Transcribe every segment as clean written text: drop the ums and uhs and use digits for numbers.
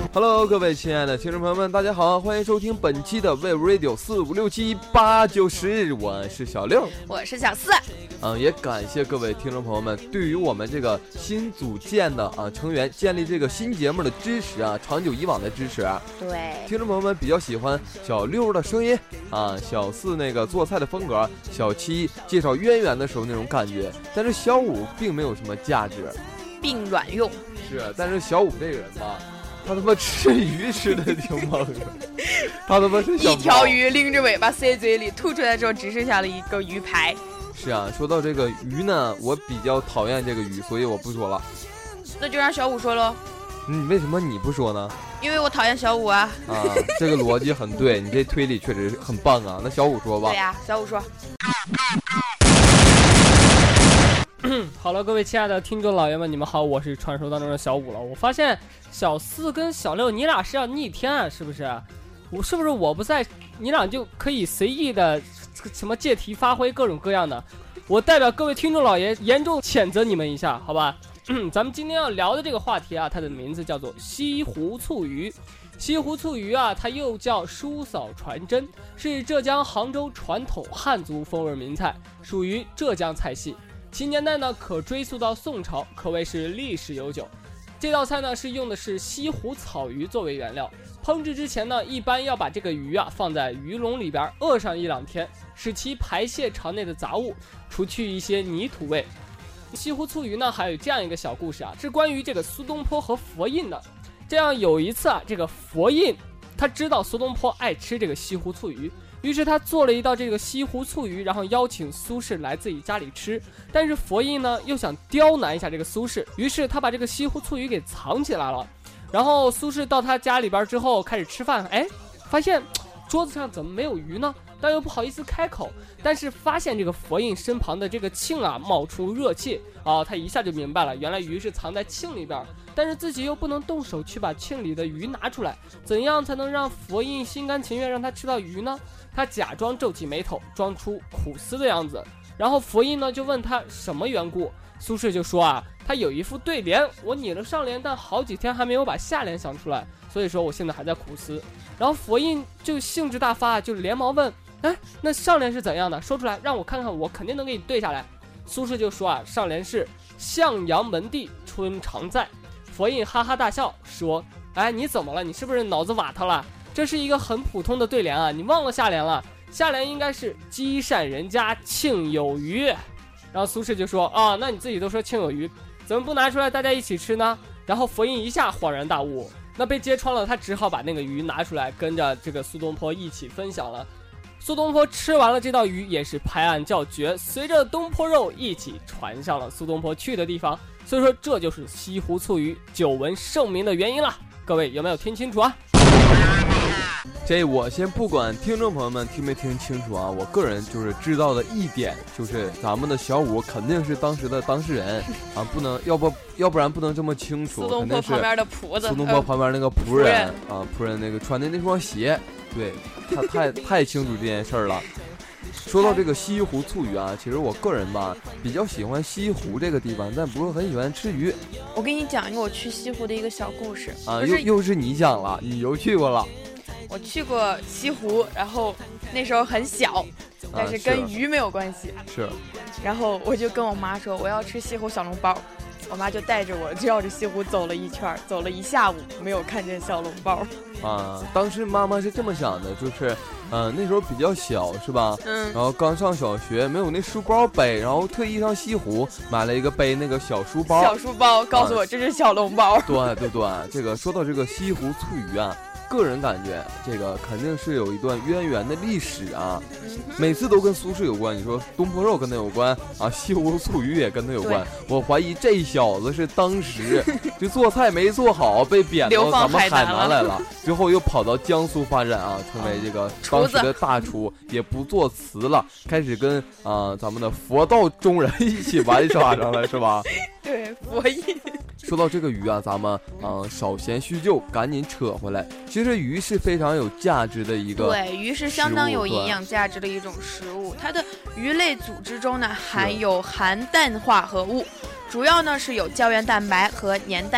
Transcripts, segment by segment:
Hello， 各位亲爱的听众朋友们，大家好，欢迎收听本期的 Wave Radio 45678910，我是小六， 我是小四。 也感谢各位听众朋友们对于我们这个新组建的成员建立这个新节目的支持啊，长久以往的支持啊。 对， 听众朋友们比较喜欢小六的声音啊，小四那个做菜的风格，小七介绍渊源的时候那种感觉，但是小五并没有什么价值， 并卵用。 是，但是小五这个人吧，他他妈吃鱼吃的挺猛的，他他妈是一条鱼拎着尾巴塞嘴里，吐出来之后只剩下了一个鱼排。 是啊，说到这个鱼呢，我比较讨厌这个鱼，所以我不说了。 那就让小五说喽。 为什么你不说呢？ 因为我讨厌小五啊。 这个逻辑很对，你这推理确实很棒啊。那小五说吧。 对呀，小五说。 好了，各位亲爱的听众老爷们，你们好，我是传说当中的小五了。我发现小四跟小六你俩是要逆天啊，是不是？我不在，你俩就可以随意的什么借题发挥各种各样的？我代表各位听众老爷严重谴责你们一下，好吧？咱们今天要聊的这个话题啊，它的名字叫做西湖醋鱼。西湖醋鱼啊，它又叫叔嫂传真，是浙江杭州传统汉族风味名菜，属于浙江菜系。其年代呢可追溯到宋朝，可谓是历史悠久。这道菜呢是用的是西湖草鱼作为原料，烹制之前呢一般要把这个鱼啊放在鱼笼里边饿上1-2天，使其排泄肠内的杂物，除去一些泥土味。西湖醋鱼呢还有这样一个小故事啊，是关于这个苏东坡和佛印的。这样有一次啊，这个佛印他知道苏东坡爱吃这个西湖醋鱼，于是他做了一道这个西湖醋鱼，然后邀请苏轼来自己家里吃。但是佛印呢又想刁难一下这个苏轼，于是他把这个西湖醋鱼给藏起来了。然后苏轼到他家里边之后开始吃饭，发现桌子上怎么没有鱼呢？但又不好意思开口。但是发现这个佛印身旁的这个磬啊冒出热气他一下就明白了，原来鱼是藏在磬里边，但是自己又不能动手去把磬里的鱼拿出来，怎样才能让佛印心甘情愿让他吃到鱼呢？他假装皱起眉头，装出苦思的样子。然后佛印呢就问他什么缘故，苏轼就说他有一副对联，我拟了上联，但好几天还没有把下联想出来，所以说我现在还在苦思。然后佛印就兴致大发，就连忙问，那上联是怎样的？说出来让我看看，我肯定能给你对下来。苏轼就说上联是向阳门第春常在。佛印哈哈大笑说，你怎么了？你是不是脑子瓦特了？这是一个很普通的对联啊，你忘了下联了？下联应该是积善人家庆有余。然后苏轼就说那你自己都说庆有余，怎么不拿出来大家一起吃呢？然后佛印一下恍然大悟，那被揭穿了，他只好把那个鱼拿出来跟着这个苏东坡一起分享了。苏东坡吃完了这道鱼也是拍案叫绝，随着东坡肉一起传上了苏东坡去的地方。所以说这就是西湖醋鱼久闻盛名的原因了。各位有没有听清楚啊？ 这我先不管听众朋友们听没听清楚啊，我个人就是知道的一点，就是咱们的小五肯定是当时的当事人啊，不能要不然不能这么清楚。 苏东坡旁边的仆子， 苏东坡旁边那个仆人仆人那个穿的那双鞋，对，他太清楚这件事儿了。说到这个西湖醋鱼啊，其实我个人吧比较喜欢西湖这个地方，但不是很喜欢吃鱼。 我给你讲一个我去西湖的一个小故事又是你讲了，你又去过了。 我去过西湖，然后那时候很小，但是跟鱼没有关系。 是。 然后我就跟我妈说我要吃西湖小笼包，我妈就带着我绕着西湖走了一圈，走了一下午没有看见小笼包。 当时妈妈是这么想的，就是那时候比较小是吧？然后刚上小学，没有那书包背，然后特意上西湖买了一个背那个小书包， 告诉我这是小笼包。 对，这个说到这个西湖醋鱼啊，个人感觉这个肯定是有一段渊源的历史啊，每次都跟苏轼有关。你说东坡肉跟他有关西湖醋鱼也跟他有关。我怀疑这小子是当时就做菜没做好，被贬到咱们海南来了，之后又跑到江苏发展成为这个当时的大厨，也不做词了，开始跟咱们的佛道中人一起玩耍上了，是吧？ 对，佛印。 说到这个鱼啊，咱们少嫌叙旧，赶紧扯回来。其实鱼是非常有价值的一个， 对，鱼是相当有营养价值的一种食物。它的鱼类组织中呢含有含氮化合物，主要呢是有胶原蛋白和粘氮液，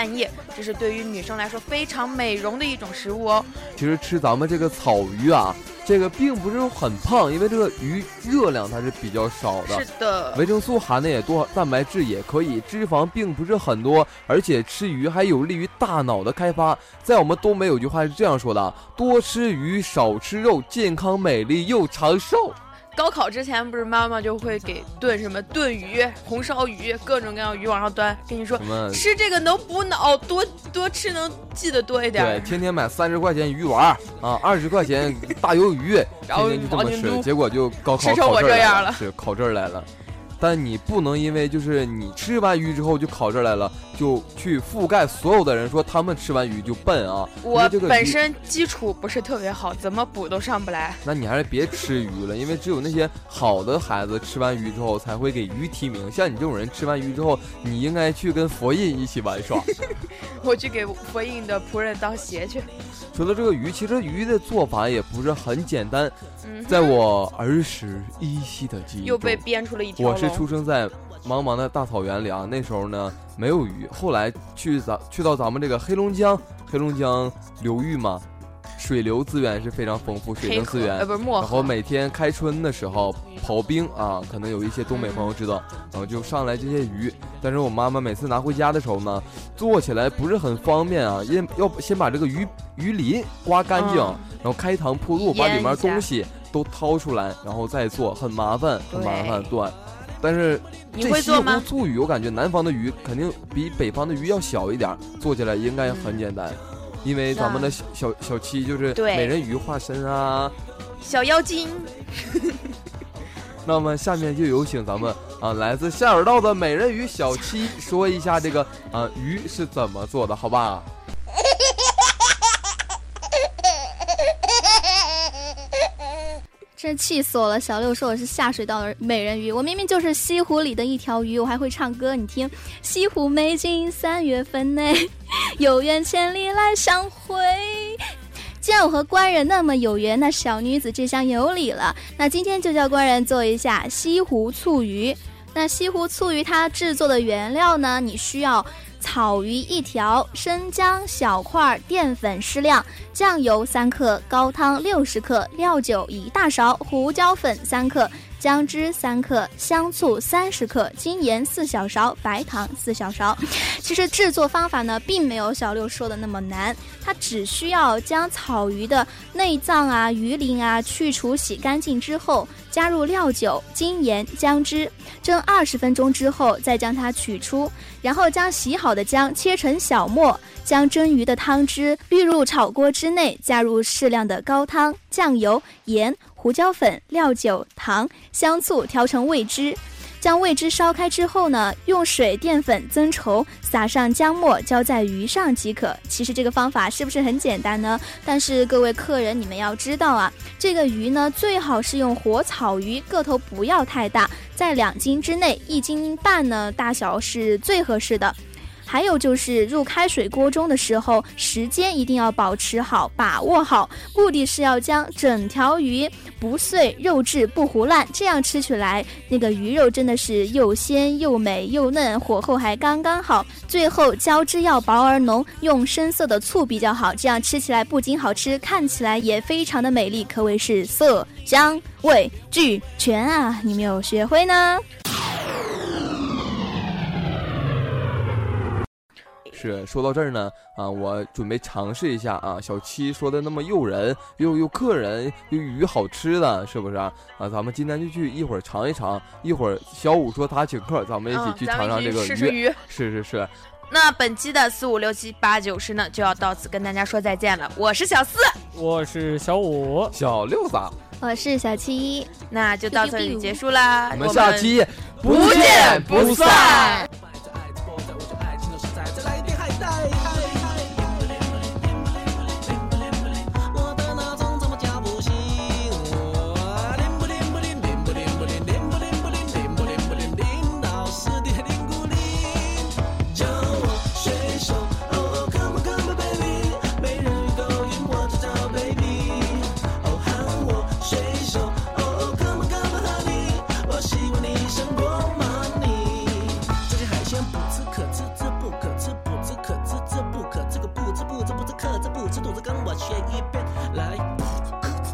这是对于女生来说非常美容的一种食物哦。 其实吃咱们这个草鱼啊，这个并不是很胖，因为这个鱼热量它是比较少的， 是的， 维生素含的也多，蛋白质也可以，脂肪并不是很多，而且吃鱼还有利于大脑的开发。在我们东北有句话是这样说的：多吃鱼少吃肉，健康美丽又长寿。 高考之前不是妈妈就会给炖什么炖鱼、红烧鱼，各种各样鱼往上端，跟你说吃这个能补脑，多吃能记得多一点。 对，天天买30块钱鱼丸啊，20块钱大鱿鱼， 然后天天就这么吃，结果就高考吃成我这样了， 是考这儿来了。但你不能因为就是你吃完鱼之后就考这儿来了，就去覆盖所有的人说他们吃完鱼就笨啊。 我本身基础不是特别好，怎么补都上不来。 那你还是别吃鱼了，因为只有那些好的孩子吃完鱼之后才会给鱼提名。像你这种人吃完鱼之后，你应该去跟佛印一起玩耍。 我去给佛印的仆人当鞋去。 说到这个鱼，其实鱼的做法也不是很简单。在我儿时依稀的记忆中， 又被编出了一条龙。 我是出生在茫茫的大草原里啊，那时候呢没有鱼，后来去到咱们这个黑龙江流域嘛，水流资源是非常丰富，水能资源，然后每天开春的时候刨冰啊，可能有一些东北朋友知道，然后就上来这些鱼，但是我妈妈每次拿回家的时候呢，做起来不是很方便啊，因为要先把这个鱼鳞刮干净，然后开膛破肚，把里面东西都掏出来，然后再做，很麻烦。对。但是你会做吗？ 这西湖醋鱼我感觉南方的鱼肯定比北方的鱼要小一点，做起来应该很简单。因为咱们的小七就是美人鱼化身啊， 小妖精。 那么下面就有请咱们来自下水道的美人鱼小七说一下这个鱼是怎么做的，好吧？ 真气死我了！小六说我是下水道的美人鱼，我明明就是西湖里的一条鱼，我还会唱歌，你听。西湖美景3月份内，有缘千里来相会。既然我和官人那么有缘，那小女子这厢有礼了。那今天就叫官人做一下西湖醋鱼。那西湖醋鱼它制作的原料呢，你需要草鱼1条，生姜小块，淀粉适量，酱油3克，高汤60克，料酒1大勺，胡椒粉3克，姜汁3克，香醋30克，精盐4小勺，白糖4小勺。其实制作方法呢，并没有小六说的那么难，它只需要将草鱼的内脏啊、鱼鳞啊去除洗干净之后，加入料酒、精盐、姜汁，蒸20分钟之后再将它取出，然后将洗好的姜切成小末，将蒸鱼的汤汁滤入炒锅之内，加入适量的高汤、酱油、盐、胡椒粉、料酒、糖、香醋调成味汁。将味汁烧开之后呢，用水淀粉增稠，撒上姜末，浇在鱼上即可。其实这个方法是不是很简单呢？但是各位客人，你们要知道啊，这个鱼呢最好是用活草鱼，个头不要太大，在2斤之内，1斤半呢大小是最合适的。还有就是入开水锅中的时候，时间一定要保持好，把握好，目的是要将整条鱼不碎，肉质不糊烂，这样吃起来那个鱼肉真的是又鲜又美又嫩，火候还刚刚好，最后浇汁要薄而浓，用深色的醋比较好，这样吃起来不仅好吃，看起来也非常的美丽，可谓是色香味俱全啊！你们有学会呢？ 是说到这儿呢我准备尝试一下小七说的那么诱人又客人又鱼好吃的，是不是咱们今天就去一会儿尝一尝，一会儿小五说他请客，咱们一起去尝尝这个鱼。是。 那本期的4、5、6、7、8、9、10呢，就要到此跟大家说再见了。我是小4， 我是小5， 小6子， 我是小7， 那就到这里结束啦。 我们下期不见不散。 克制不吃兔子跟我学一遍来。